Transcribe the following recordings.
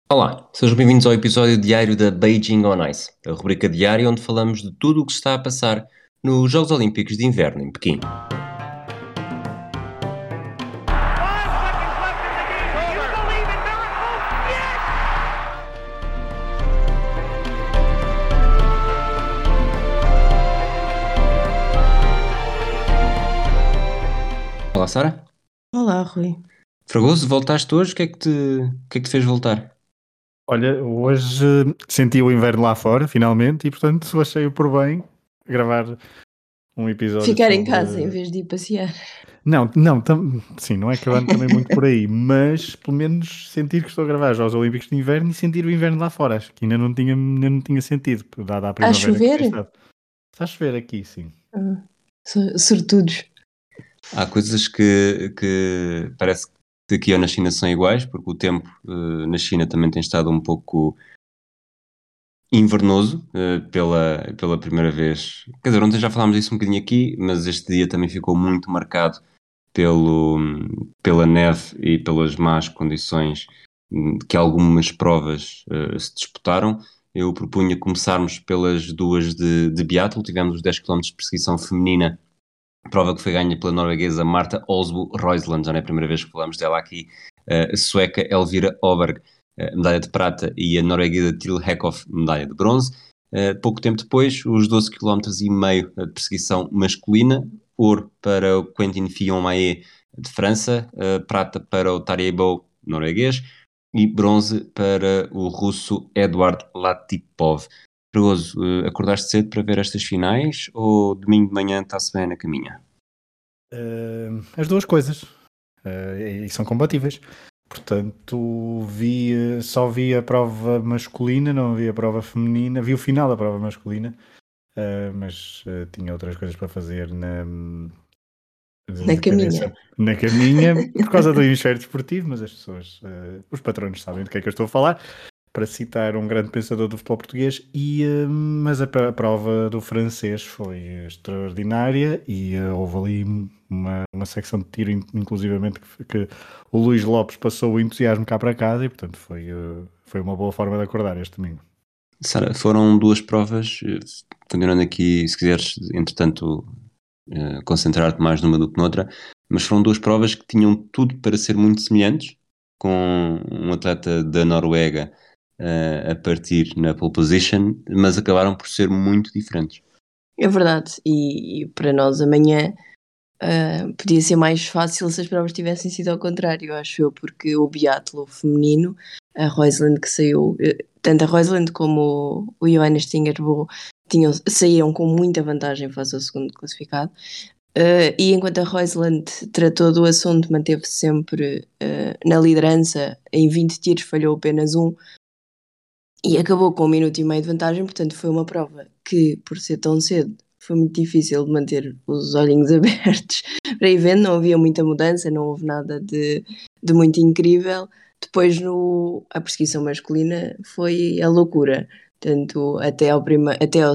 Olá, sejam bem-vindos ao episódio diário da Beijing on Ice, a rubrica diária onde falamos de tudo o que se está a passar nos Jogos Olímpicos de Inverno em Pequim. 5 seconds left in the game. Do you believe in miracles? Yes! Olá, Sara. Olá, Rui. Fragoso, voltaste hoje? O que é que te fez voltar? Olha, hoje senti o inverno lá fora, finalmente, e portanto achei-o por bem gravar um episódio Ficar em sobre- casa em vez de ir passear. Não, sim, não é que eu ando também muito por aí, mas pelo menos sentir que estou a gravar Jogos Olímpicos de Inverno e sentir o inverno lá fora. Acho que ainda não tinha sentido, dada a primavera que chover? tem estado. Está a chover aqui, sim. Sortudos. Há coisas que parece que aqui ou na China são iguais, porque o tempo na China também tem estado um pouco invernoso pela primeira vez. Quer dizer, ontem já falámos disso um bocadinho aqui, mas este dia também ficou muito marcado pela neve e pelas más condições que algumas provas se disputaram. Eu propunha começarmos pelas duas de biatlo. Tivemos os 10 km de perseguição feminina, prova que foi ganha pela norueguesa Marta Olsbu Roisland, já não é a primeira vez que falamos dela aqui, a sueca Elvira Oberg, medalha de prata, e a norueguesa Til Heckhoff, medalha de bronze. Pouco tempo depois, os 12 km e meio de perseguição masculina, ouro para o Quentin Fillon-Maillet de França, prata para o Tarayev norueguês e bronze para o russo Eduard Latipov. Perigoso, acordaste cedo para ver estas finais ou domingo de manhã está-se bem na caminha? As duas coisas, e são compatíveis. Portanto, só vi a prova masculina, não vi a prova feminina, vi o final da prova masculina, mas tinha outras coisas para fazer na caminha. Na caminha, por causa do hemisfério desportivo, mas as pessoas, os patronos sabem do que é que eu estou a falar, para citar um grande pensador do futebol português, mas a prova do francês foi extraordinária e houve ali uma secção de tiro, inclusivamente, que o Luís Lopes passou o entusiasmo cá para casa e, portanto, foi uma boa forma de acordar este domingo. Sara, foram duas provas, continuando aqui, se quiseres, entretanto, concentrar-te mais numa do que noutra, mas foram duas provas que tinham tudo para ser muito semelhantes, com um atleta da Noruega a partir na pole position, mas acabaram por ser muito diferentes. É verdade. E para nós amanhã podia ser mais fácil se as provas tivessem sido ao contrário, acho eu, porque o biatlo feminino, a Roisland que saiu, tanto a Roisland como o Johannes Tingersbo saíram com muita vantagem face ao segundo classificado. E enquanto a Roisland tratou do assunto, manteve-se sempre na liderança, em 20 tiros falhou apenas um e acabou com 1 minuto e meio de vantagem. Portanto foi uma prova que, por ser tão cedo, foi muito difícil de manter os olhinhos abertos para ir vendo. Não havia muita mudança, não houve nada de muito incrível. Depois a perseguição masculina foi a loucura, tanto até à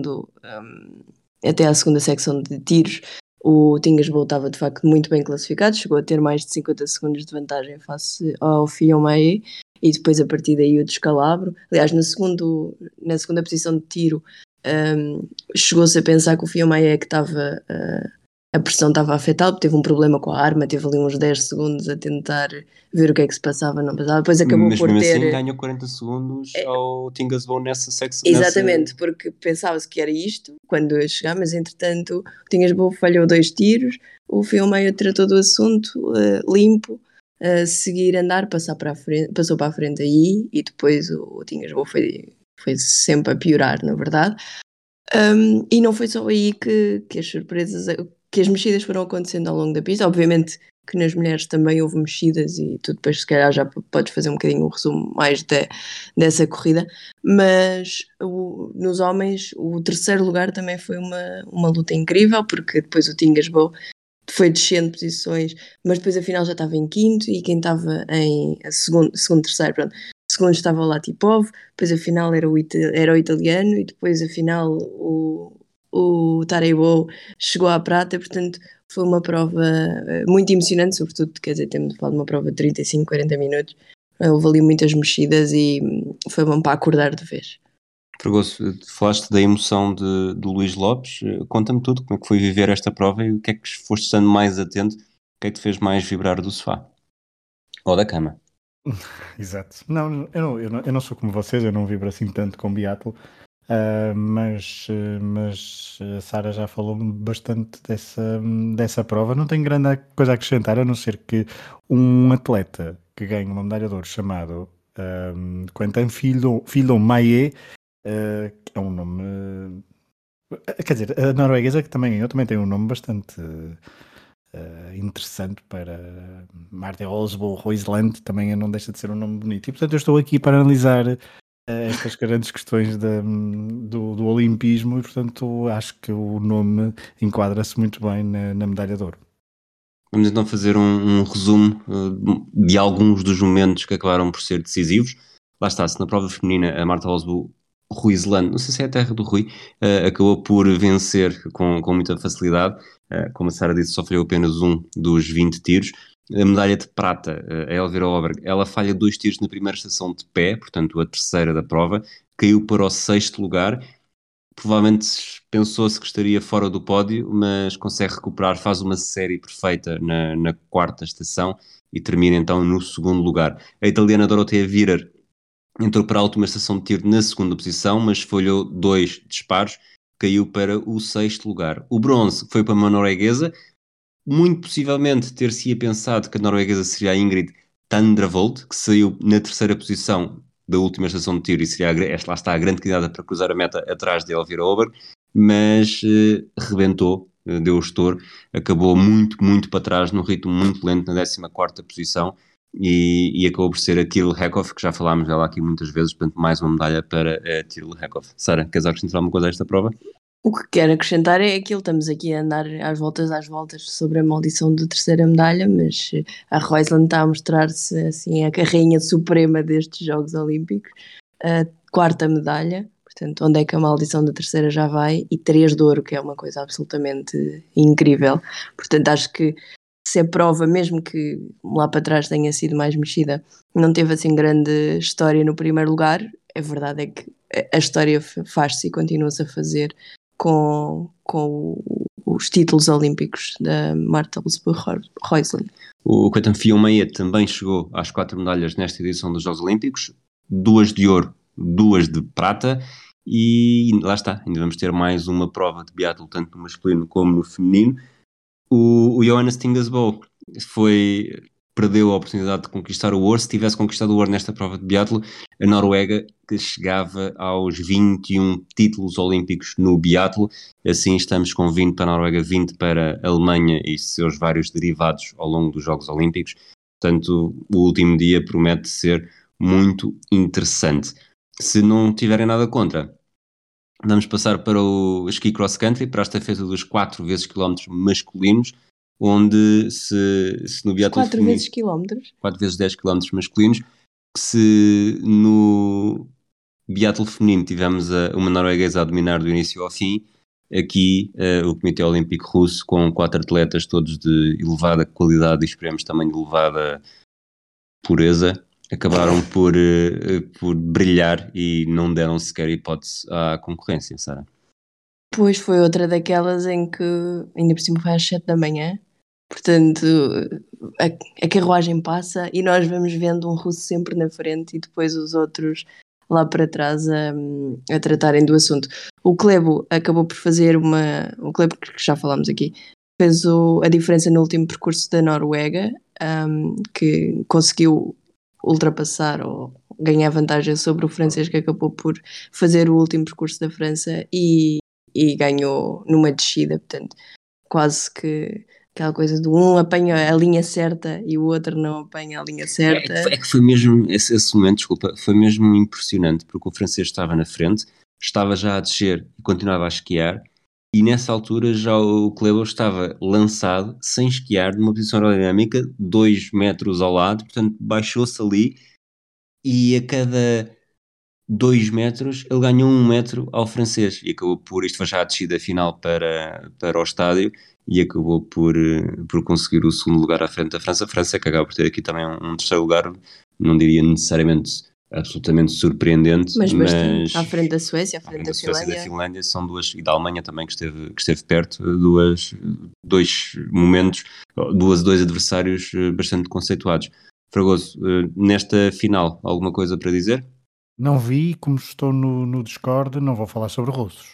segunda secção de tiros. O Tingersbo estava de facto muito bem classificado, chegou a ter mais de 50 segundos de vantagem face ao Fillon-Maillet, e depois a partir daí o descalabro. Aliás, na segunda posição de tiro, chegou-se a pensar que o Fillon-Maillet que estava, a pressão estava afetada, teve um problema com a arma, teve ali uns 10 segundos a tentar ver o que é que se passava, não passava, depois acabou mas por mesmo ter... assim ganhou 40 segundos ao Tingersbo nessa secção. Exatamente, porque pensava-se que era isto quando eu chegar, mas entretanto o Tingersbo falhou 2 tiros, o Fillon-Maillet tratou do assunto, limpo, seguir andar, passou para a frente aí, e depois o Tingersbo foi sempre a piorar, na verdade. E não foi só aí que as surpresas, que as mexidas foram acontecendo ao longo da pista. Obviamente que nas mulheres também houve mexidas, e tu depois se calhar já podes fazer um bocadinho um resumo mais dessa corrida, mas nos homens o terceiro lugar também foi uma luta incrível, porque depois o Tingersbo foi descendo posições, mas depois afinal já estava em quinto, e quem estava em segundo, terceiro, pronto, segundo estava o Latipov, depois afinal era o italiano, e depois afinal o Tarayev chegou à prata. Portanto foi uma prova muito emocionante, sobretudo, quer dizer, temos de falar de uma prova de 35, 40 minutos, Houve ali muitas mexidas e foi bom para acordar de vez. Fragoso, falaste da emoção do Luís Lopes. Conta-me tudo, como é que foi viver esta prova e o que é que foste estando mais atento, o que é que te fez mais vibrar do sofá? Ou da cama? Exato. Não, eu não sou como vocês, eu não vibro assim tanto com biatlo, mas a Sara já falou bastante dessa prova. Não tenho grande coisa a acrescentar, a não ser que um atleta que ganha uma medalha de ouro chamado Quentin Fillon-Maillet, que é um nome... quer dizer, a norueguesa que também ganhou, também tem um nome bastante interessante para Marte Osbo, Roisland, também não deixa de ser um nome bonito. E portanto eu estou aqui para analisar estas grandes questões do olimpismo e portanto acho que o nome enquadra-se muito bem na medalha de ouro. Vamos então fazer um resumo de alguns dos momentos que acabaram por ser decisivos. Lá está, se na prova feminina a Marta Osbo Ruisland, não sei se é a terra do Rui, acabou por vencer com muita facilidade. Como a Sara disse, sofreu apenas um dos 20 tiros. A medalha de prata, a Elvira Oberg, ela falha 2 tiros na primeira estação de pé, portanto a terceira da prova, caiu para o 6º lugar. Provavelmente pensou-se que estaria fora do pódio, mas consegue recuperar, faz uma série perfeita na 4ª estação e termina então no 2º lugar. A italiana Dorothea Virer entrou para a última estação de tiro na 2ª posição, mas falhou 2 disparos, caiu para o 6º lugar. O bronze foi para uma norueguesa, muito possivelmente ter-se-ia pensado que a norueguesa seria a Ingrid Tandravold, que saiu na 3ª posição da última estação de tiro e seria lá está a grande candidata para cruzar a meta atrás de Elvira Oberg, mas rebentou, deu o estouro, acabou muito para trás num ritmo muito lento na 14ª posição e acabou por ser a Tiril Heckhoff, que já falámos dela aqui muitas vezes, portanto mais uma medalha para a Tiril Heckhoff. Sara, queres acrescentar alguma coisa a esta prova? O que quero acrescentar é aquilo, estamos aqui a andar às voltas sobre a maldição da terceira medalha, mas a Roisland está a mostrar-se assim a rainha suprema destes Jogos Olímpicos, a 4ª medalha, portanto onde é que a maldição da terceira já vai, e 3 de ouro, que é uma coisa absolutamente incrível. Portanto acho que se a prova, mesmo que lá para trás tenha sido mais mexida, não teve assim grande história no primeiro lugar, a verdade é que a história faz-se e continua-se a fazer com os títulos olímpicos da Marta Roisland. O Quentin Fillon-Maillet também chegou às 4 medalhas nesta edição dos Jogos Olímpicos, 2 de ouro, 2 de prata, e lá está, ainda vamos ter mais uma prova de biatlo, tanto no masculino como no feminino. O Johannes Tingesbo perdeu a oportunidade de conquistar o ouro. Se tivesse conquistado o ouro nesta prova de biatlo, a Noruega, que chegava aos 21 títulos olímpicos no biatlo, assim estamos com 20 para a Noruega, 20 para a Alemanha e seus vários derivados ao longo dos Jogos Olímpicos. Portanto, o último dia promete ser muito interessante. Se não tiverem nada contra, vamos passar para o ski cross country, para a estafeta dos 4 vezes quilómetros masculinos, onde se no biatlo 4 vezes quilómetros? 4 vezes 10 quilómetros masculinos, se no biatlo feminino tivemos uma norueguesa a dominar do início ao fim, aqui o Comitê Olímpico Russo, com 4 atletas todos de elevada qualidade e esperemos também de elevada pureza, acabaram por brilhar e não deram sequer hipótese à concorrência, Sara. Pois foi outra daquelas em que ainda por cima foi às 7 da manhã, portanto a carruagem passa e nós vamos vendo um russo sempre na frente e depois os outros lá para trás a tratarem do assunto. O Klæbo acabou por fazer o Klæbo que já falámos aqui, fez a diferença no último percurso da Noruega, que conseguiu ultrapassar ou ganhar vantagem sobre o francês, que acabou por fazer o último percurso da França e ganhou numa descida, portanto quase que aquela coisa de um apanha a linha certa e o outro não apanha a linha certa. É que foi mesmo, esse momento, desculpa, foi mesmo impressionante, porque o francês estava na frente, estava já a descer e continuava a esquiar, e nessa altura já o Klæbo estava lançado, sem esquiar, numa posição aerodinâmica, 2 metros ao lado, portanto baixou-se ali, e a cada 2 metros ele ganhou 1 metro ao francês, e acabou por, isto foi já a descida final para o estádio, e acabou por conseguir o 2º lugar à frente da França. A França que acaba por ter aqui também um 3º lugar não diria necessariamente absolutamente surpreendente, Mas mas bastante. À frente da Suécia, à à frente frente da da Suécia e da Finlândia. Finlândia são duas, e da Alemanha também que esteve perto, dois momentos, dois adversários bastante conceituados. Fragoso, nesta final, alguma coisa para dizer? Não vi, como estou no Discord, não vou falar sobre russos.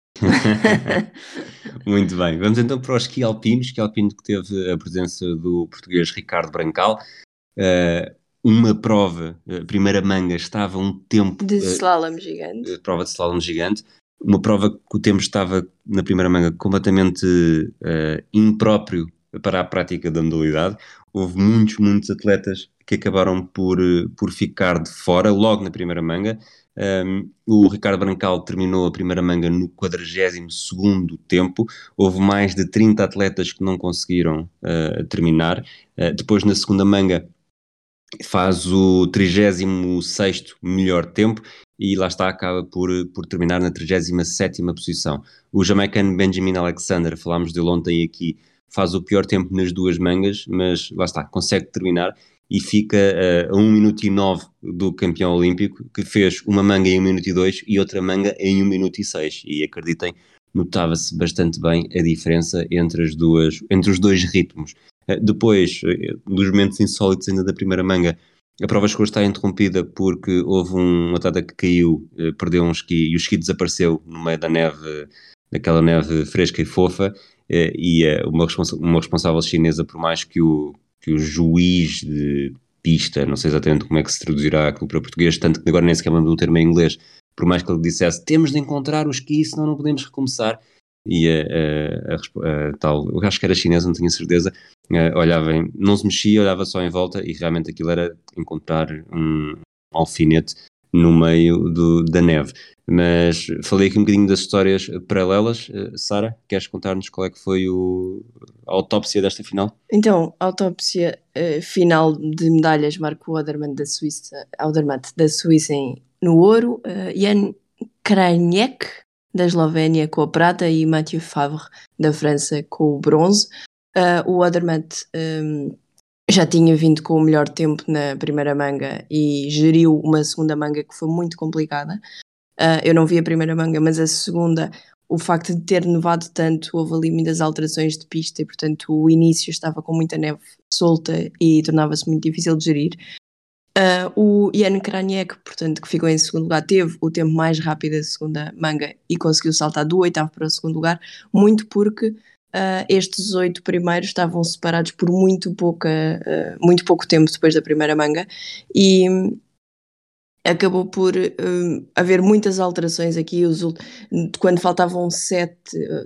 Muito bem, vamos então para o esqui alpino que teve a presença do português Ricardo Brancal. Uh, uma prova, a primeira manga estava um tempo, De slalom gigante. prova de slalom gigante, uma prova que o tempo estava na primeira manga completamente impróprio para a prática da modalidade. Houve muitos atletas que acabaram por ficar de fora logo na primeira manga. O Ricardo Brancal terminou a primeira manga no 42º tempo. Houve mais de 30 atletas que não conseguiram terminar. Depois, na segunda manga, faz o 36º melhor tempo e lá está, acaba por terminar na 37ª posição. O jamaicano Benjamin Alexander, falámos dele ontem aqui, faz o pior tempo nas duas mangas, mas lá está, consegue terminar e fica a 1 minuto e 9 do campeão olímpico, que fez uma manga em 1 minuto e 2 e outra manga em 1 minuto e 6. E acreditem, notava-se bastante bem a diferença entre os dois ritmos. Depois, dos momentos insólitos ainda da primeira manga, a prova chegou a estar interrompida porque houve um atleta que caiu, perdeu um esqui e o esqui desapareceu no meio da neve, daquela neve fresca e fofa, e uma responsável chinesa, por mais que o juiz de pista, não sei exatamente como é que se traduzirá aquilo para português, tanto que agora nem sequer lembro do termo em inglês, por mais que ele dissesse, temos de encontrar o esqui, senão não podemos recomeçar, e a tal, eu acho que era chinesa, não tinha certeza, não se mexia, olhava só em volta e realmente aquilo era encontrar um alfinete no meio da neve. Mas falei aqui um bocadinho das histórias paralelas. Sara, queres contar-nos qual é que foi a autópsia desta final? Então, a autópsia final de medalhas marcou o Odermatt da Suíça no ouro, Jan Krajniek da Eslovénia com a prata e Mathieu Favre da França com o bronze. O Odermatt já tinha vindo com o melhor tempo na primeira manga e geriu uma segunda manga que foi muito complicada. Eu não vi a primeira manga, mas a segunda, o facto de ter nevado tanto, houve ali muitas alterações de pista e, portanto, o início estava com muita neve solta e tornava-se muito difícil de gerir. O Jan Krajniek, portanto, que ficou em segundo lugar, teve o tempo mais rápido da segunda manga e conseguiu saltar do oitavo para o segundo lugar, muito porque estes 8 primeiros estavam separados por muito pouco tempo depois da primeira manga e acabou por haver muitas alterações aqui. Quando faltavam 7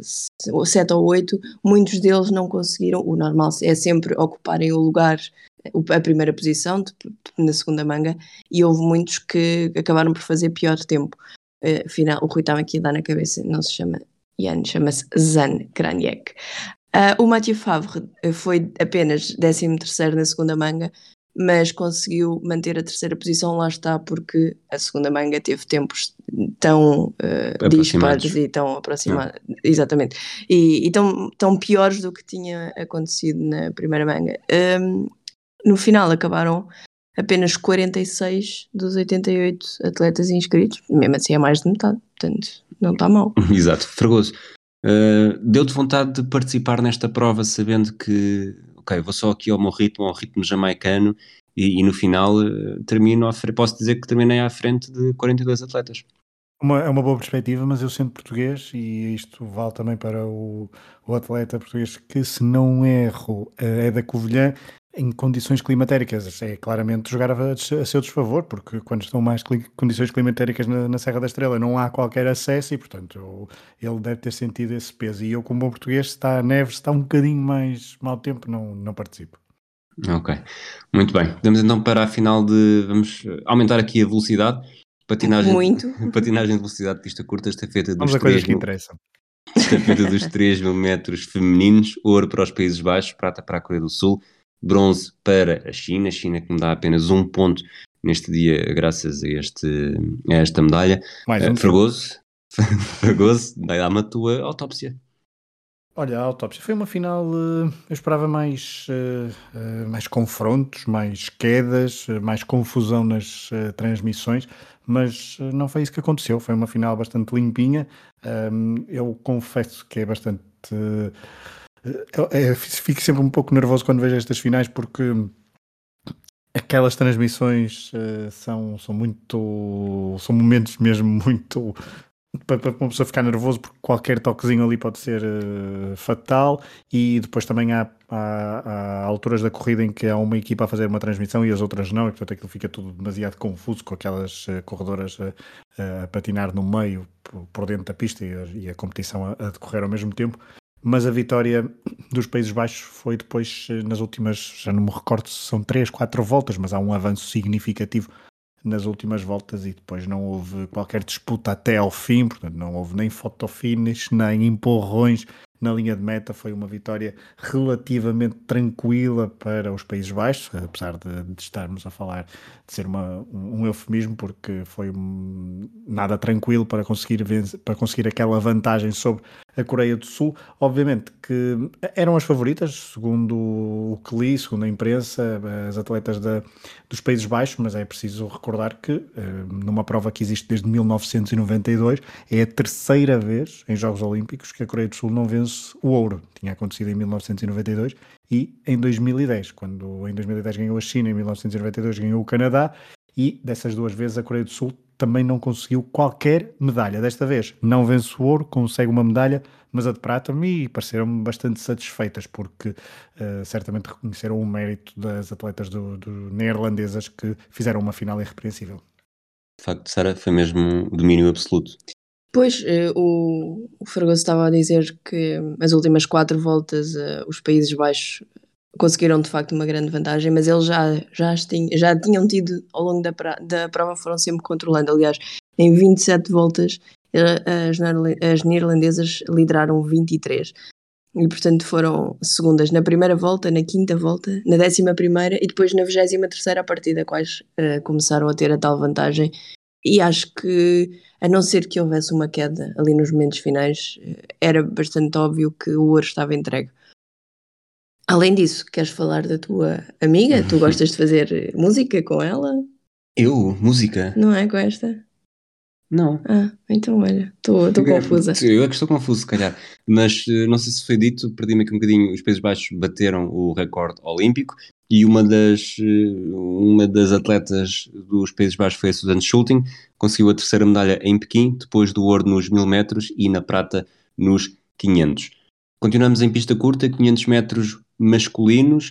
ou 8, muitos deles não conseguiram. O normal é sempre ocuparem o lugar, a primeira posição na segunda manga, e houve muitos que acabaram por fazer pior tempo. Afinal, o Rui estava aqui a dar na cabeça, não se chama Jan, chama-se Jan Krajniek. O Mathieu Favre foi apenas 13º na segunda manga, mas conseguiu manter a terceira posição, lá está, porque a segunda manga teve tempos tão dispares e tão aproximados, exatamente, e tão piores do que tinha acontecido na primeira manga. No final acabaram apenas 46 dos 88 atletas inscritos, mesmo assim é mais de metade, portanto não está mal. Exato. Fragoso, deu-te vontade de participar nesta prova sabendo que, ok, vou só aqui ao meu ritmo, ao ritmo jamaicano, e no final posso dizer que terminei à frente de 42 atletas. É uma boa perspectiva, mas eu sendo português, e isto vale também para o atleta português que, se não erro, é da Covilhã, em condições climatéricas, é claramente jogar a seu desfavor, porque quando estão mais condições climatéricas na Serra da Estrela não há qualquer acesso e, portanto, ele deve ter sentido esse peso. E eu, como bom português, se está a neve, se está um bocadinho mais mau tempo, não participo. Ok, muito bem. Vamos então para a final vamos aumentar aqui a velocidade. Patinagem de velocidade de pista curta, estafeta dos 3.000 metros femininos, ouro para os Países Baixos, prata para a Coreia do Sul, bronze para a China que me dá apenas 1 ponto neste dia graças a esta medalha. Mais um Fragoso, dá-me a tua autópsia. Olha, a autópsia foi uma final, eu esperava mais confrontos, mais quedas, mais confusão nas transmissões, mas não foi isso que aconteceu. Foi uma final bastante limpinha. Eu confesso que é bastante. Fico sempre um pouco nervoso quando vejo estas finais porque aquelas transmissões são momentos mesmo muito para uma pessoa ficar nervoso, porque qualquer toquezinho ali pode ser fatal. E depois também há alturas da corrida em que há uma equipa a fazer uma transmissão e as outras não, e portanto aquilo fica tudo demasiado confuso, com aquelas corredoras a patinar no meio por dentro da pista e a competição a decorrer ao mesmo tempo. Mas a vitória dos Países Baixos foi depois, nas últimas, já não me recordo se são 3, 4 voltas, mas há um avanço significativo nas últimas voltas e depois não houve qualquer disputa até ao fim, portanto não houve nem fotofinish, nem empurrões na linha de meta. Foi uma vitória relativamente tranquila para os Países Baixos, apesar de estarmos a falar de ser um eufemismo, porque foi nada tranquilo para conseguir aquela vantagem sobre a Coreia do Sul. Obviamente que eram as favoritas, segundo o que li, segundo a imprensa, as atletas dos Países Baixos, mas é preciso recordar que numa prova que existe desde 1992, é a terceira vez em Jogos Olímpicos que a Coreia do Sul não vence o ouro. Tinha acontecido em 1992 e em 2010, quando em 2010 ganhou a China, em 1992 ganhou o Canadá, e dessas duas vezes a Coreia do Sul também não conseguiu qualquer medalha. Desta vez não vence o ouro, consegue uma medalha, mas a de prata me pareceram bastante satisfeitas, porque certamente reconheceram o mérito das atletas do neerlandesas que fizeram uma final irrepreensível. De facto, Sara, foi mesmo um domínio absoluto. Pois, o Fragoso estava a dizer que as últimas 4 voltas os Países Baixos conseguiram de facto uma grande vantagem, mas eles já tinham tido ao longo da prova, foram sempre controlando. Aliás, em 27 voltas as neerlandesas lideraram 23 e portanto foram segundas na primeira volta, na quinta volta, na 11ª e depois na 23ª, a partir da quais começaram a ter a tal vantagem. E acho que, a não ser que houvesse uma queda ali nos momentos finais, era bastante óbvio que o ouro estava entregue. Além disso, queres falar da tua amiga? Tu gostas de fazer música com ela? Eu? Música? Não é com esta? Não. Então olha, estou confusa. Eu é que estou confuso, se calhar. Mas não sei se foi dito, perdi-me aqui um bocadinho. Os Países Baixos bateram o recorde olímpico e uma das atletas dos Países Baixos foi a Suzanne Schulting, conseguiu a terceira medalha em Pequim, depois do ouro nos 1000 metros e na prata nos 500. Continuamos em pista curta, 500 metros masculinos.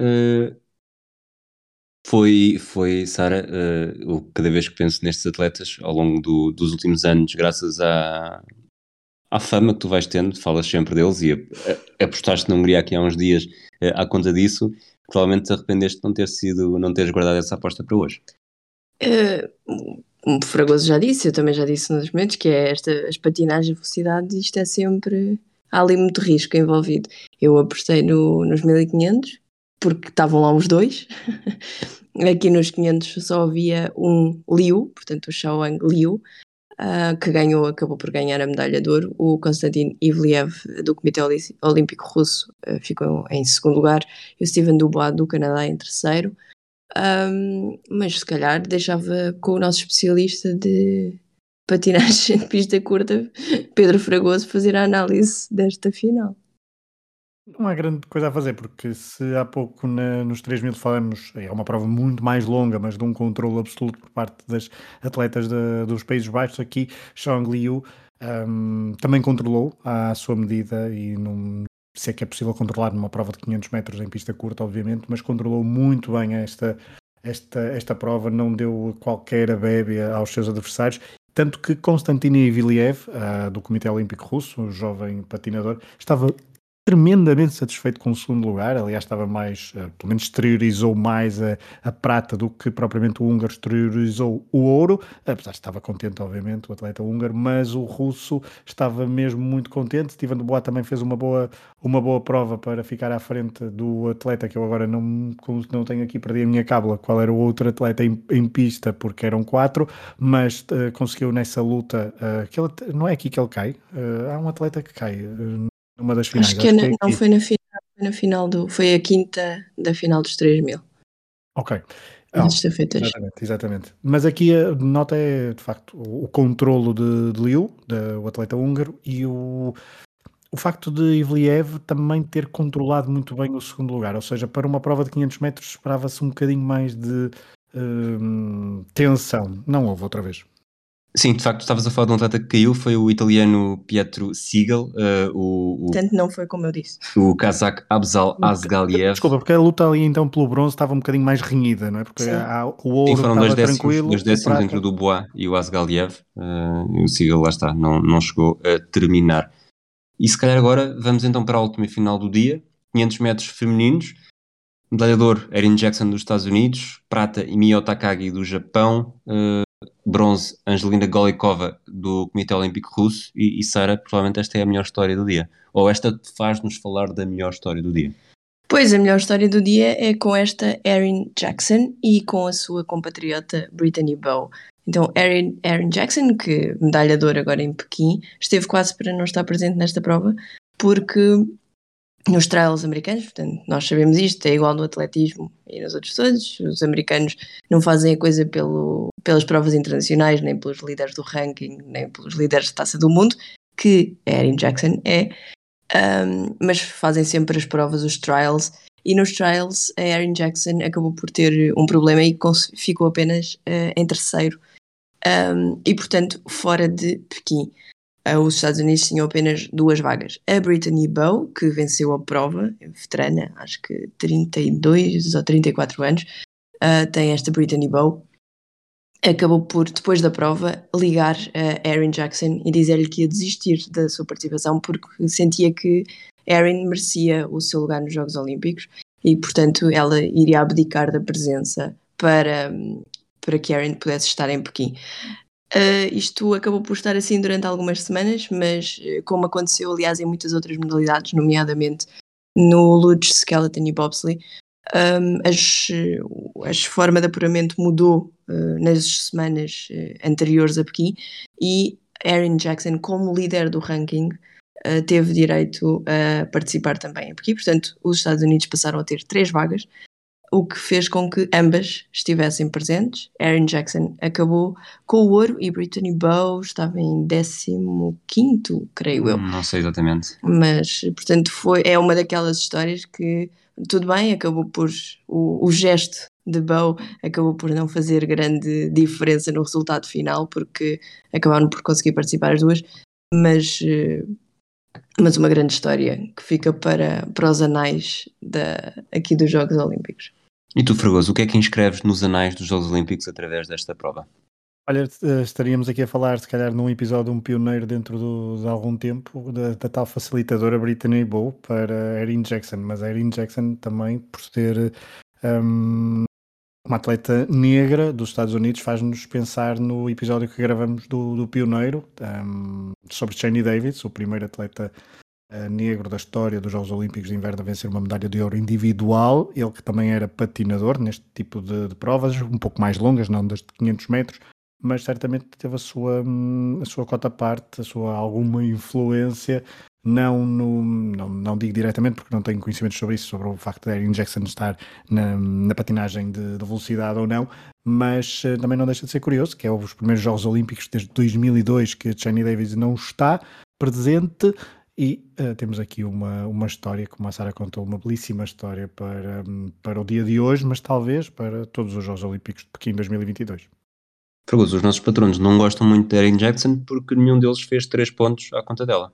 Foi, Sara, cada vez que penso nestes atletas ao longo dos últimos anos, graças à fama que tu vais tendo, falas sempre deles e apostaste na Hungria aqui há uns dias à conta disso, provavelmente te arrependeste de não teres guardado essa aposta para hoje. O Fragoso já disse, eu também já disse nos momentos, que é as patinagens de velocidade, isto é sempre... Há ali muito risco envolvido. Eu apostei nos 1500, porque estavam lá os dois. Aqui nos 500 só havia um Liu, portanto o Xiaoang Liu, que acabou por ganhar a medalha de ouro. O Konstantin Ivliev, do Comitê Olímpico Russo, ficou em segundo lugar, e o Steven Dubois, do Canadá, em terceiro. Mas se calhar deixava com o nosso especialista de patinagem de pista curta, Pedro Fragoso, fazer a análise desta final. Não há grande coisa a fazer, porque se há pouco nos 3000 falamos, é uma prova muito mais longa, mas de um controle absoluto por parte das atletas dos Países Baixos, aqui Xiang Liu também controlou à sua medida, e se é que é possível controlar numa prova de 500 metros em pista curta, obviamente, mas controlou muito bem esta prova, não deu qualquer abébia aos seus adversários. Tanto que Konstantin Ivliev, do Comitê Olímpico Russo, um jovem patinador, estava tremendamente satisfeito com o segundo lugar. Aliás, estava mais, pelo menos exteriorizou mais a prata do que propriamente o húngaro exteriorizou o ouro, apesar de estava contente, obviamente, o atleta húngaro, mas o russo estava mesmo muito contente. Steven Dubois também fez uma boa prova para ficar à frente do atleta, que eu agora não tenho aqui, perdi a minha cábula, qual era o outro atleta em pista, porque eram 4, mas conseguiu nessa luta, não é aqui que ele cai, há um atleta que cai, numa das finais. Acho que Acho que é não aqui. foi na final foi a quinta da final dos 3.000. Ok. Das estafetas. Exatamente. Mas aqui a nota é, de facto, o controlo de Liu, o atleta húngaro, e o facto de Ivliev também ter controlado muito bem o segundo lugar. Ou seja, para uma prova de 500 metros esperava-se um bocadinho mais de tensão. Não houve outra vez. Sim, de facto, estavas a falar de um atleta que caiu, foi o italiano Pietro Siegel, Portanto, não foi como eu disse. o cazaque Abzal Asgaliev. Desculpa, porque a luta ali então pelo bronze estava um bocadinho mais renhida, não é? Porque Sim. o ouro foram estava 2 tranquilo. décimos entre o Dubois e o Asgaliev. E o Siegel, lá está, não chegou a terminar. E se calhar agora vamos então para a última final do dia, 500 metros femininos. Medalha de ouro, Erin Jackson dos Estados Unidos, prata, Mio Takagi do Japão, bronze, Angelina Golikova do Comitê Olímpico Russo e Sara, provavelmente esta é a melhor história do dia. Ou esta faz-nos falar da melhor história do dia. Pois, a melhor história do dia é com esta Erin Jackson e com a sua compatriota Brittany Bowe. Então, Erin Jackson, que medalha de ouro agora em Pequim, esteve quase para não estar presente nesta prova, porque nos trials americanos, portanto, nós sabemos isto, é igual no atletismo e nos outros todos, os americanos não fazem a coisa pelas provas internacionais, nem pelos líderes do ranking, nem pelos líderes da Taça do Mundo, que a Erin Jackson é, mas fazem sempre as provas, os trials, e nos trials a Erin Jackson acabou por ter um problema e ficou apenas em terceiro, e portanto fora de Pequim. Os Estados Unidos tinham apenas 2 vagas. A Brittany Bowe, que venceu a prova, veterana, acho que 32 ou 34 anos, tem esta Brittany Bowe, acabou por, depois da prova, ligar a Erin Jackson e dizer-lhe que ia desistir da sua participação porque sentia que Erin merecia o seu lugar nos Jogos Olímpicos e, portanto, ela iria abdicar da presença para que Erin pudesse estar em Pequim. Isto acabou por estar assim durante algumas semanas, mas como aconteceu aliás em muitas outras modalidades, nomeadamente no luge, skeleton e bobsleigh, a forma de apuramento mudou nas semanas anteriores a Pequim e Erin Jackson, como líder do ranking, teve direito a participar também em Pequim. Portanto, os Estados Unidos passaram a ter 3 vagas, o que fez com que ambas estivessem presentes. Erin Jackson acabou com o ouro e Brittany Bowe estava em 15º, creio eu. Não sei exatamente. Mas, portanto, é uma daquelas histórias que, tudo bem, acabou por... O gesto de Bowe acabou por não fazer grande diferença no resultado final, porque acabaram por conseguir participar as duas, mas uma grande história que fica para os anais aqui dos Jogos Olímpicos. E tu, Fragoso, o que é que inscreves nos anais dos Jogos Olímpicos através desta prova? Olha, estaríamos aqui a falar, se calhar, num episódio de um pioneiro dentro de algum tempo, da tal facilitadora Brittany Bowe para Erin Jackson, mas a Erin Jackson também, por ser uma atleta negra dos Estados Unidos, faz-nos pensar no episódio que gravamos do pioneiro, sobre Shani Davis, o primeiro atleta negro da história dos Jogos Olímpicos de Inverno a vencer uma medalha de ouro individual, ele que também era patinador neste tipo de provas, um pouco mais longas, não das de 500 metros, mas certamente teve a sua cota à parte, alguma influência, não digo diretamente porque não tenho conhecimentos sobre isso, sobre o facto de Erin Jackson estar na patinagem de velocidade ou não, mas também não deixa de ser curioso, que é os primeiros Jogos Olímpicos desde 2002 que a Shani Davis não está presente. E temos aqui uma história, como a Sara contou, uma belíssima história para o dia de hoje, mas talvez para todos os Jogos Olímpicos de Pequim 2022. Fragoso, os nossos patronos não gostam muito de Erin Jackson porque nenhum deles fez 3 pontos à conta dela.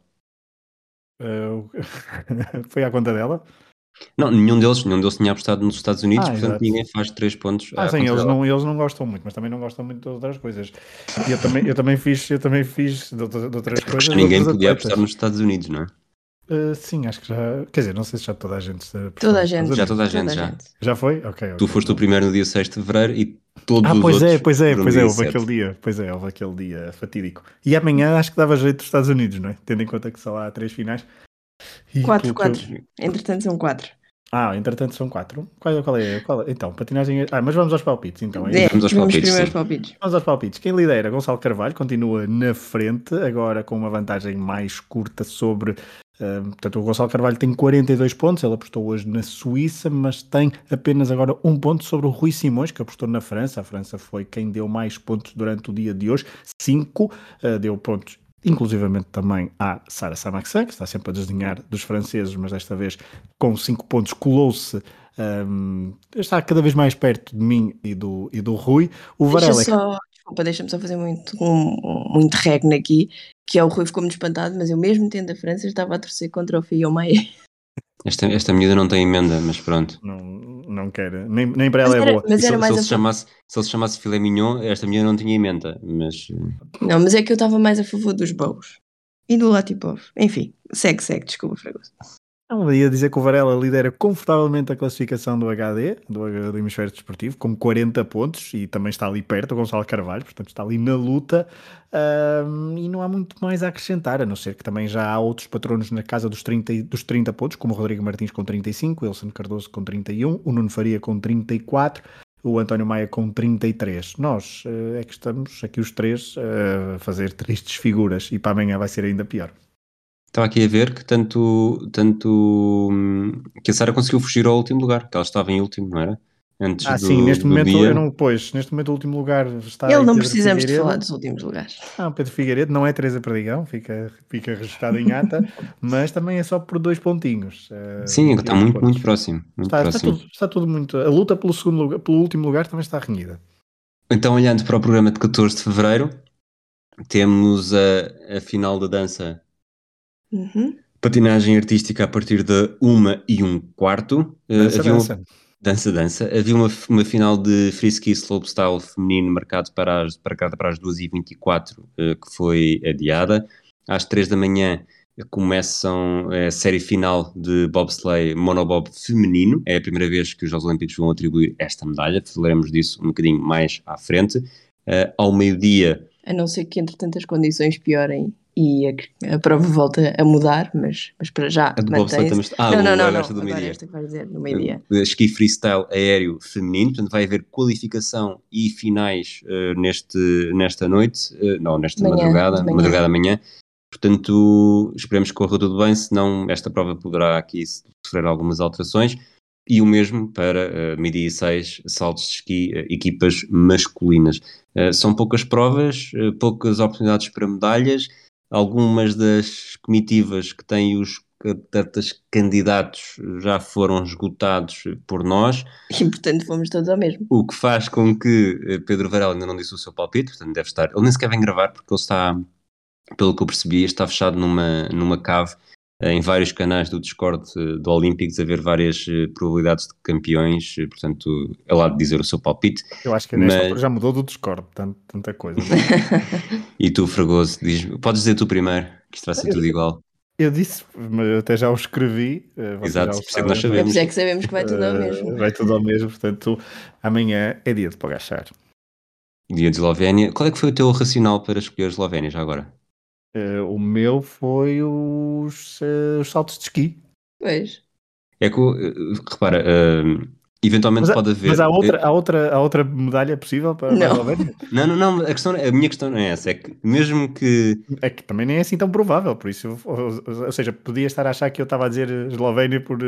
Foi à conta dela? Não, nenhum deles tinha apostado nos Estados Unidos, portanto exato. Ninguém faz 3 pontos à sim, conta dela. eles não gostam muito, mas também não gostam muito de outras coisas. E eu também fiz de outras coisas. Ninguém podia apostar nos Estados Unidos, não é? Sim, acho que já. Quer dizer, não sei se já toda a gente. Toda a gente. Já foi? Ok. Tu foste o primeiro no dia 6 de fevereiro e todos os pois outros. Pois é, houve aquele dia. Pois é, houve aquele dia fatídico. E amanhã acho que dava jeito dos Estados Unidos, não é? Tendo em conta que só há 3 finais. 4. Entretanto são 4. Entretanto são 4. Qual é? Então, patinagem. Mas vamos aos palpites, então. Vamos aos palpites. Vamos aos palpites. Quem lidera? Gonçalo Carvalho continua na frente, agora com uma vantagem mais curta sobre Portanto, o Gonçalo Carvalho tem 42 pontos, ele apostou hoje na Suíça, mas tem apenas agora um ponto sobre o Rui Simões, que apostou na França. A França foi quem deu mais pontos durante o dia de hoje, 5, deu pontos inclusivamente também à Sara Samaxan, que está sempre a desdenhar dos franceses, mas desta vez com 5 pontos colou-se, está cada vez mais perto de mim e do Rui. O Varela Deixa-me só fazer muito regne aqui, que é o Rui ficou-me espantado, mas eu mesmo tendo a França estava a torcer contra o Fillon-Maillet. Esta miúda não tem emenda, mas pronto. Não quer, nem para ela é boa. Mas era mais se ele se chamasse filé mignon, esta miúda não tinha emenda, mas... Não, mas é que eu estava mais a favor dos Bows e do Latipov. Enfim, segue, desculpa, Fragoso. Não, ia dizer que o Varela lidera confortavelmente a classificação do HD, do Hemisfério Desportivo, com 40 pontos, e também está ali perto o Gonçalo Carvalho, portanto está ali na luta, e não há muito mais a acrescentar, a não ser que também já há outros patronos na casa dos 30 pontos, como o Rodrigo Martins com 35, o Elson Cardoso com 31, o Nuno Faria com 34, o António Maia com 33. Nós é que estamos aqui os três a fazer tristes figuras, e para amanhã vai ser ainda pior. Estava aqui a ver que tanto que a Sara conseguiu fugir ao último lugar, que ela estava em último, não era? Sim, neste momento dia. eu não pus. Neste momento o último lugar está. Ele não precisamos de falar dos últimos lugares. Pedro Figueiredo, não é Teresa Perdigão, fica registado em ata, mas também é só por 2 pontinhos. Sim, está muito próximo. Está tudo muito. A luta pelo último lugar também está renhida. Então, olhando para o programa de 14 de Fevereiro, temos a final da dança. Patinagem artística a partir da 1h15. Dança. Havia uma final de frisky slopestyle feminino marcada para as 2h24, que foi adiada. Às 3 da manhã começam a série final de bobsleigh monobob feminino. É a primeira vez que os Jogos Olímpicos vão atribuir esta medalha. Falaremos disso um bocadinho mais à frente. Ao meio-dia... A não ser que, entretanto, as condições piorem e a prova volta a mudar, mas para já a do bobsleigh também está... Não, esta do meio-dia. Esta que vai dizer, no meio-dia. Esqui freestyle aéreo feminino, portanto vai haver qualificação e finais nesta noite, madrugada amanhã. Portanto, esperemos que corra tudo bem, senão esta prova poderá aqui sofrer algumas alterações. E o mesmo para meio-dia e 6, saltos de esqui, equipas masculinas. São poucas provas, poucas oportunidades para medalhas. Algumas das comitivas que têm os atletas candidatos já foram esgotados por nós. E, portanto, fomos todos ao mesmo. O que faz com que Pedro Varela ainda não disse o seu palpite, portanto deve estar... Ele nem sequer vem gravar porque ele está, pelo que eu percebi, está fechado numa cave em vários canais do Discord do Olímpicos, a ver várias probabilidades de campeões, portanto, ele há de dizer o seu palpite. Eu acho que nesta altura já mudou do Discord, tanta coisa. E tu, Fragoso, podes dizer tu primeiro, que isto vai ser tudo igual. Eu disse, mas eu até já o escrevi. Exato, por isso é que nós sabemos. É que sabemos que vai tudo ao mesmo. Vai tudo ao mesmo, portanto, amanhã é dia de pagachar. Dia de Eslovénia. Qual é que foi o teu racional para escolher a Eslovénia já agora? O meu foi os saltos de esqui. Pois. É que, repara, eventualmente pode haver... Mas há outra medalha possível para a Eslovénia? Não, a minha questão não é essa, é que mesmo que... É que também nem é assim tão provável, por isso, ou seja, podia estar a achar que eu estava a dizer Eslovénia por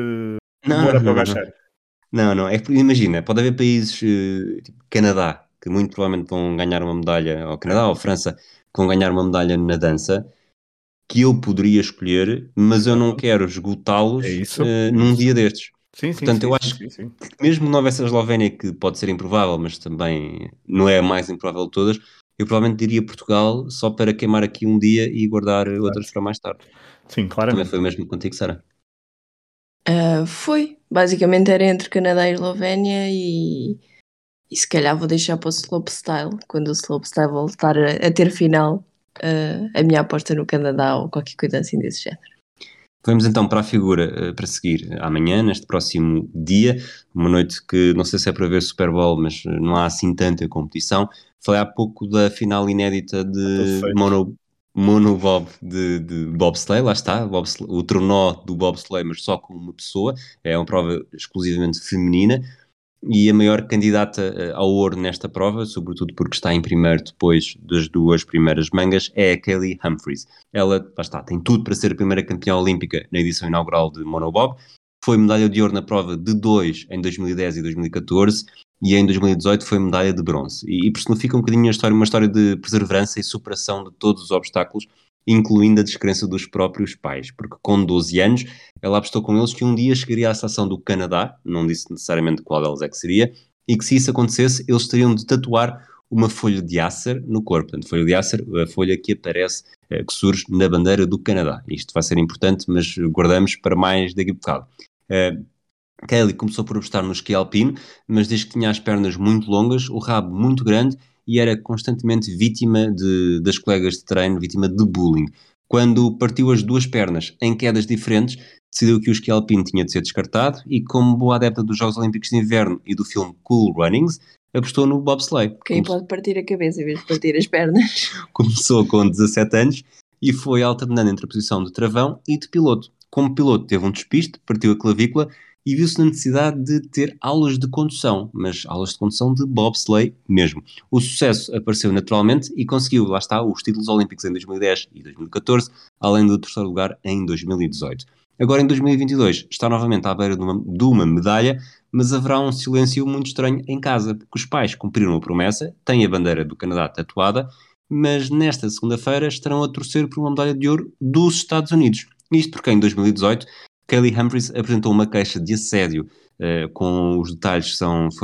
Não, é que imagina, pode haver países tipo Canadá, que muito provavelmente vão ganhar uma medalha, ou Canadá ou França, que vão ganhar uma medalha na dança, que eu poderia escolher, mas eu não quero esgotá-los num dia destes. Portanto, eu acho que mesmo que não houvesse a Eslovénia, que pode ser improvável, mas também não é a mais improvável de todas, eu provavelmente diria Portugal só para queimar aqui um dia e guardar outras para mais tarde. Sim, claramente. Também foi o mesmo contigo, Sara? Foi. Basicamente era entre Canadá e Eslovénia e se calhar vou deixar para o slopestyle, quando o slopestyle voltar a ter final, a minha aposta no Canadá ou qualquer coisa assim desse género. Vamos então para a figura para seguir amanhã, neste próximo dia, uma noite que não sei se é para ver Super Bowl, mas não há assim tanta competição. Falei há pouco da final inédita de monobob de bobsleigh, lá está, o trenó do bobsleigh, mas só com uma pessoa, é uma prova exclusivamente feminina. e a maior candidata ao ouro nesta prova, sobretudo porque está em primeiro depois das duas primeiras mangas, é a Kelly Humphries. Ela, lá está, tem tudo para ser a primeira campeã olímpica na edição inaugural de monobob. Foi medalha de ouro na prova de 2 em 2010 e 2014 e em 2018 foi medalha de bronze. E personifica um bocadinho a história, uma história de perseverança e superação de todos os obstáculos, incluindo a descrença dos próprios pais, porque com 12 anos ela apostou com eles que um dia chegaria à seleção do Canadá, não disse necessariamente qual delas é que seria, e que se isso acontecesse eles teriam de tatuar uma folha de Acer no corpo. Portanto, folha de Acer, a folha que aparece, que surge na bandeira do Canadá. Isto vai ser importante, mas guardamos para mais daqui a bocado. Kelly começou por apostar no esqui alpino, mas desde que tinha as pernas muito longas, o rabo muito grande e era constantemente vítima das colegas de treino, vítima de bullying. Quando partiu as duas pernas em quedas diferentes, decidiu que o esqui alpino tinha de ser descartado e, como boa adepta dos Jogos Olímpicos de Inverno e do filme Cool Runnings, apostou no bobsleigh. Quem pode partir a cabeça em vez de partir as pernas? Começou com 17 anos e foi alternando entre a posição de travão e de piloto. Como piloto teve um despiste, partiu a clavícula e viu-se na necessidade de ter aulas de condução, mas aulas de condução de bobsleigh mesmo. O sucesso apareceu naturalmente e conseguiu, lá está, os títulos olímpicos em 2010 e 2014, além do terceiro lugar em 2018. Agora em 2022 está novamente à beira de uma medalha, mas haverá um silêncio muito estranho em casa, porque os pais cumpriram a promessa, têm a bandeira do Canadá tatuada, mas nesta segunda-feira estarão a torcer por uma medalha de ouro dos Estados Unidos. Isto porque em 2018 Kelly Humphries apresentou uma queixa de assédio, com os detalhes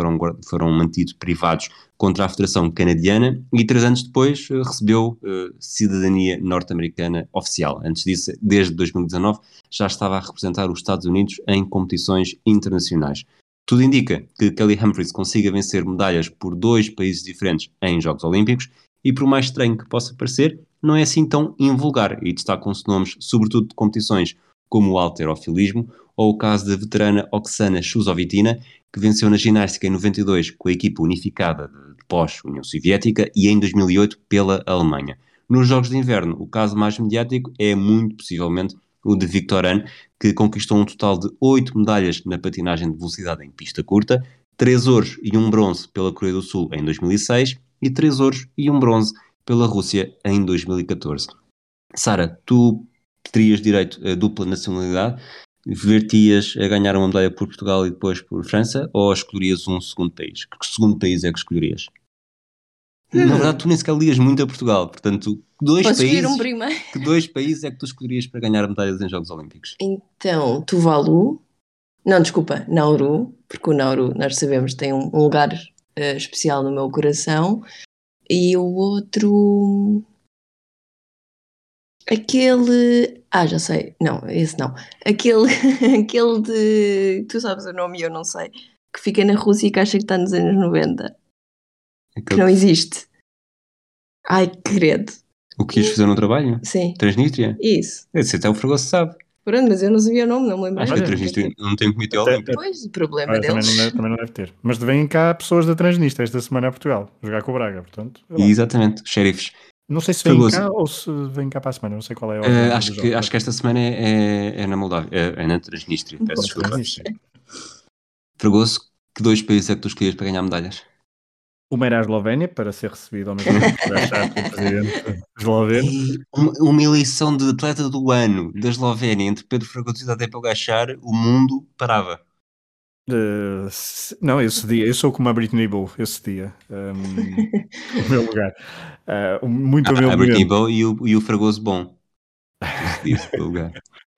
foram mantidos privados contra a Federação Canadiana e 3 anos depois recebeu cidadania norte-americana oficial. Antes disso, desde 2019, já estava a representar os Estados Unidos em competições internacionais. Tudo indica que Kelly Humphries consiga vencer medalhas por 2 países diferentes em Jogos Olímpicos e, por mais estranho que possa parecer, não é assim tão invulgar e destacam-se nomes, sobretudo de competições como o halterofilismo, ou o caso da veterana Oksana Chusovitina, que venceu na ginástica em 92 com a equipa unificada de pós-União Soviética e em 2008 pela Alemanha. Nos Jogos de Inverno, o caso mais mediático é muito possivelmente o de Victor, que conquistou um total de 8 medalhas na patinagem de velocidade em pista curta, 3 ouros e 1 bronze pela Coreia do Sul em 2006 e 3 ouros e 1 bronze pela Rússia em 2014. Sara, tu terias direito a dupla nacionalidade, ver-te-ias a ganhar uma medalha por Portugal e depois por França, ou escolherias um segundo país? Que segundo país é que escolherias? Na verdade, tu nem sequer lias muito a Portugal, portanto, Posso escolher um primeiro? que 2 países é que tu escolherias para ganhar medalhas em Jogos Olímpicos? Então, Tuvalu, não, desculpa, Nauru, porque o Nauru, nós sabemos, tem um lugar especial no meu coração, e o outro... Aquele... já sei. Não, esse não. Aquele de... Tu sabes o nome e eu não sei. Que fica na Rússia e que acha que está nos anos 90. Que não existe. Ai, que credo. O que ias fazer no trabalho? Sim. Transnistria? Isso. Esse até o Fragoso sabe. Pronto, mas eu não sabia o nome, não me lembro. Acho que a Transnistria não tem comitê olímpico. Pois, o problema deles. Também não deve ter. Mas vêm cá pessoas da Transnistria esta semana a Portugal, jogar com o Braga, portanto. Exatamente, xerifes. Não sei se vem cá ou se vem cá para a semana, não sei qual é a ordem. Acho que esta semana é na Moldávia, é na Transnistria. Peço desculpa. Fragoso, que 2 países é que tu escolhias para ganhar medalhas? Uma era a Eslovénia, para ser recebido ao mesmo tempo que o presidente esloveno. Uma eleição de atleta do ano da Eslovénia entre Pedro Fragoso e Tadej Pogačar, o mundo parava. Não, esse dia, eu sou como a Britney Bow, esse dia, o meu lugar, muito humildemente. A Britney Bow e o Fragoso bom, esse lugar.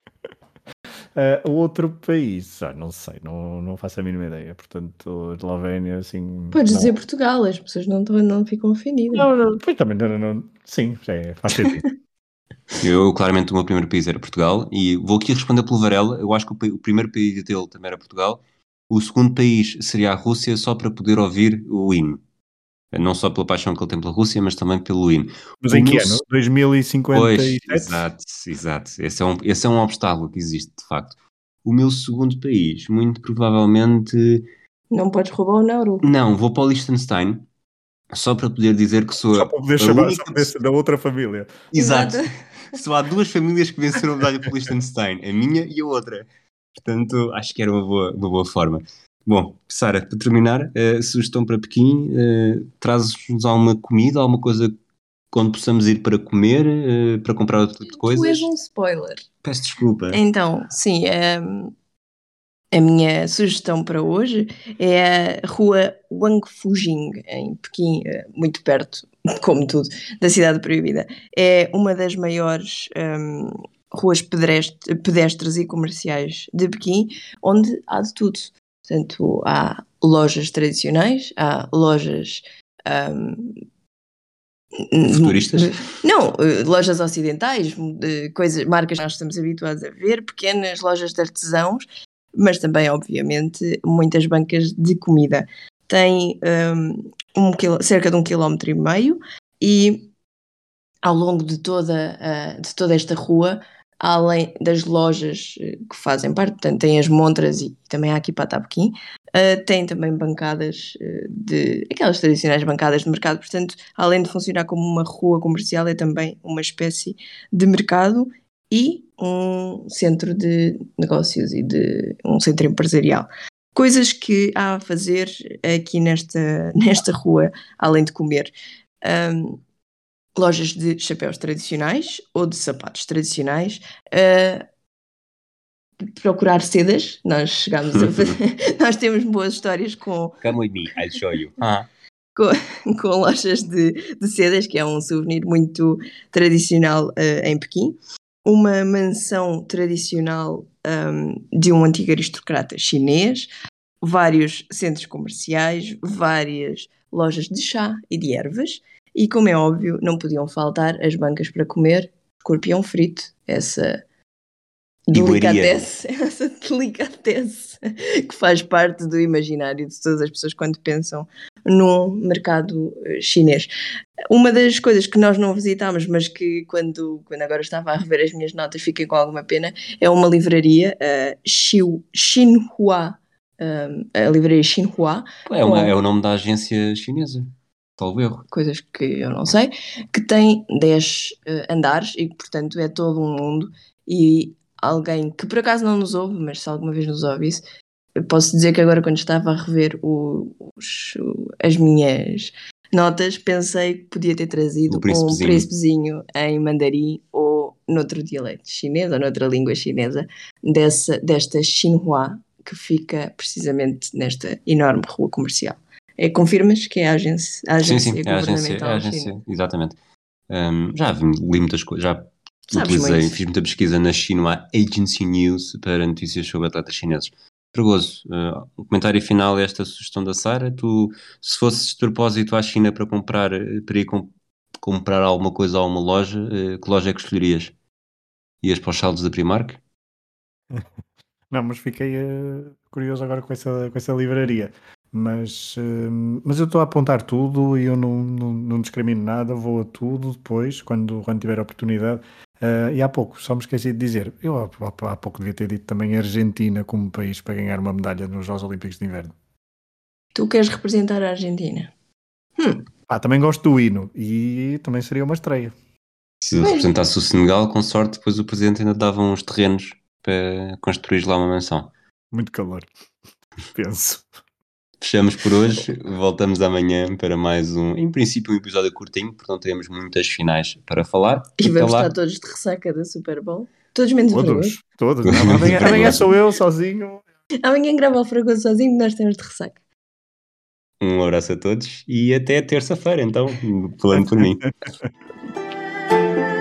O outro país, não sei, não faço a mínima ideia, portanto, Eslovénia, assim... Podes dizer Portugal, as pessoas não ficam ofendidas. Não, pois também, não, sim, faz sentido. Eu, claramente, o meu primeiro país era Portugal, e vou aqui responder pelo Varela. Eu acho que o primeiro país dele também era Portugal. O segundo país seria a Rússia, só para poder ouvir o hino. Não só pela paixão que ele tem pela Rússia, mas também pelo hino. Mas em que ano? 2057? Pois, exato. Esse é um obstáculo que existe, de facto. O meu segundo país, muito provavelmente... Não podes roubar o Nauru. Não, vou para o Liechtenstein, só para poder dizer que sou só para poder chamar da outra família. Exato. Só há 2 famílias que venceram a medalha para o Liechtenstein, a minha e a outra. Portanto, acho que era uma boa forma. Bom, Sara, para terminar, sugestão para Pequim, trazes-nos alguma comida, alguma coisa onde possamos ir para comer, para comprar outro tipo de Tu coisas? és um spoiler. Peço desculpa. Então, sim, a minha sugestão para hoje é a rua Wangfujing, em Pequim, muito perto, como tudo, da Cidade Proibida. É uma das maiores ruas pedestres e comerciais de Pequim, onde há de tudo. Portanto, há lojas tradicionais, há lojas Futuristas? não, lojas ocidentais, coisas, marcas que nós estamos habituados a ver, pequenas lojas de artesãos, mas também, obviamente, muitas bancas de comida. Tem cerca de 1,5 km e ao longo de toda esta rua, além das lojas que fazem parte, portanto, tem as montras e também há aqui para Pequim, tem também bancadas aquelas tradicionais bancadas de mercado, portanto, além de funcionar como uma rua comercial, é também uma espécie de mercado e um centro de negócios e um centro empresarial. Coisas que há a fazer aqui nesta rua, além de comer. Lojas de chapéus tradicionais ou de sapatos tradicionais, procurar sedas. Nós chegámos a fazer, nós temos boas histórias com Come with me, I'll show you. com lojas de sedas, que é um souvenir muito tradicional em Pequim. Uma mansão tradicional de um antigo aristocrata chinês, vários centros comerciais, várias lojas de chá e de ervas, e como é óbvio, não podiam faltar as bancas para comer escorpião frito, essa delicatesse que faz parte do imaginário de todas as pessoas quando pensam num mercado chinês. Uma das coisas que nós não visitámos, mas que quando agora estava a rever as minhas notas fiquei com alguma pena, é uma livraria, Xinhua, a livraria Xinhua. É o nome da agência chinesa, talvez erro. Coisas que eu não sei, que tem 10 andares e que, portanto, é todo um mundo. E alguém que por acaso não nos ouve, mas se alguma vez nos ouve isso, eu posso dizer que agora, quando estava a rever as minhas notas, pensei que podia ter trazido um príncipezinho em mandarim ou noutro dialeto chinês ou noutra língua chinesa desta Xinhua, que fica precisamente nesta enorme rua comercial. Confirmas que é a agência Sim, é a governamental agência, exatamente. Já li muitas coisas, já fiz muita pesquisa na Xinhua Agency News para notícias sobre atletas chineses. Fregoso, o comentário final é esta sugestão da Sara. Tu, se fosses de propósito à China para ir comprar alguma coisa a uma loja, que loja é que escolherias? Ias para os saldos da Primark? Não, mas fiquei curioso agora com essa livraria. Mas eu estou a apontar tudo e eu não discrimino nada, vou a tudo depois, quando tiver oportunidade. E há pouco, só me esqueci de dizer, eu há pouco devia ter dito também a Argentina como país para ganhar uma medalha nos Jogos Olímpicos de Inverno. Tu queres representar a Argentina? Também gosto do hino e também seria uma estreia. Se representasse o Senegal, com sorte, depois o presidente ainda dava uns terrenos para construir lá uma mansão. Muito calor, penso. Fechamos por hoje, voltamos amanhã para mais em princípio, um episódio curtinho, portanto temos muitas finais para falar. E vamos estar todos de ressaca da Super Bowl? Todos menos o Fragoso? Todos. Amanhã sou eu sozinho. Amanhã grava o Fragoso sozinho, nós temos de ressaca. Um abraço a todos e até terça-feira, então, falando por mim.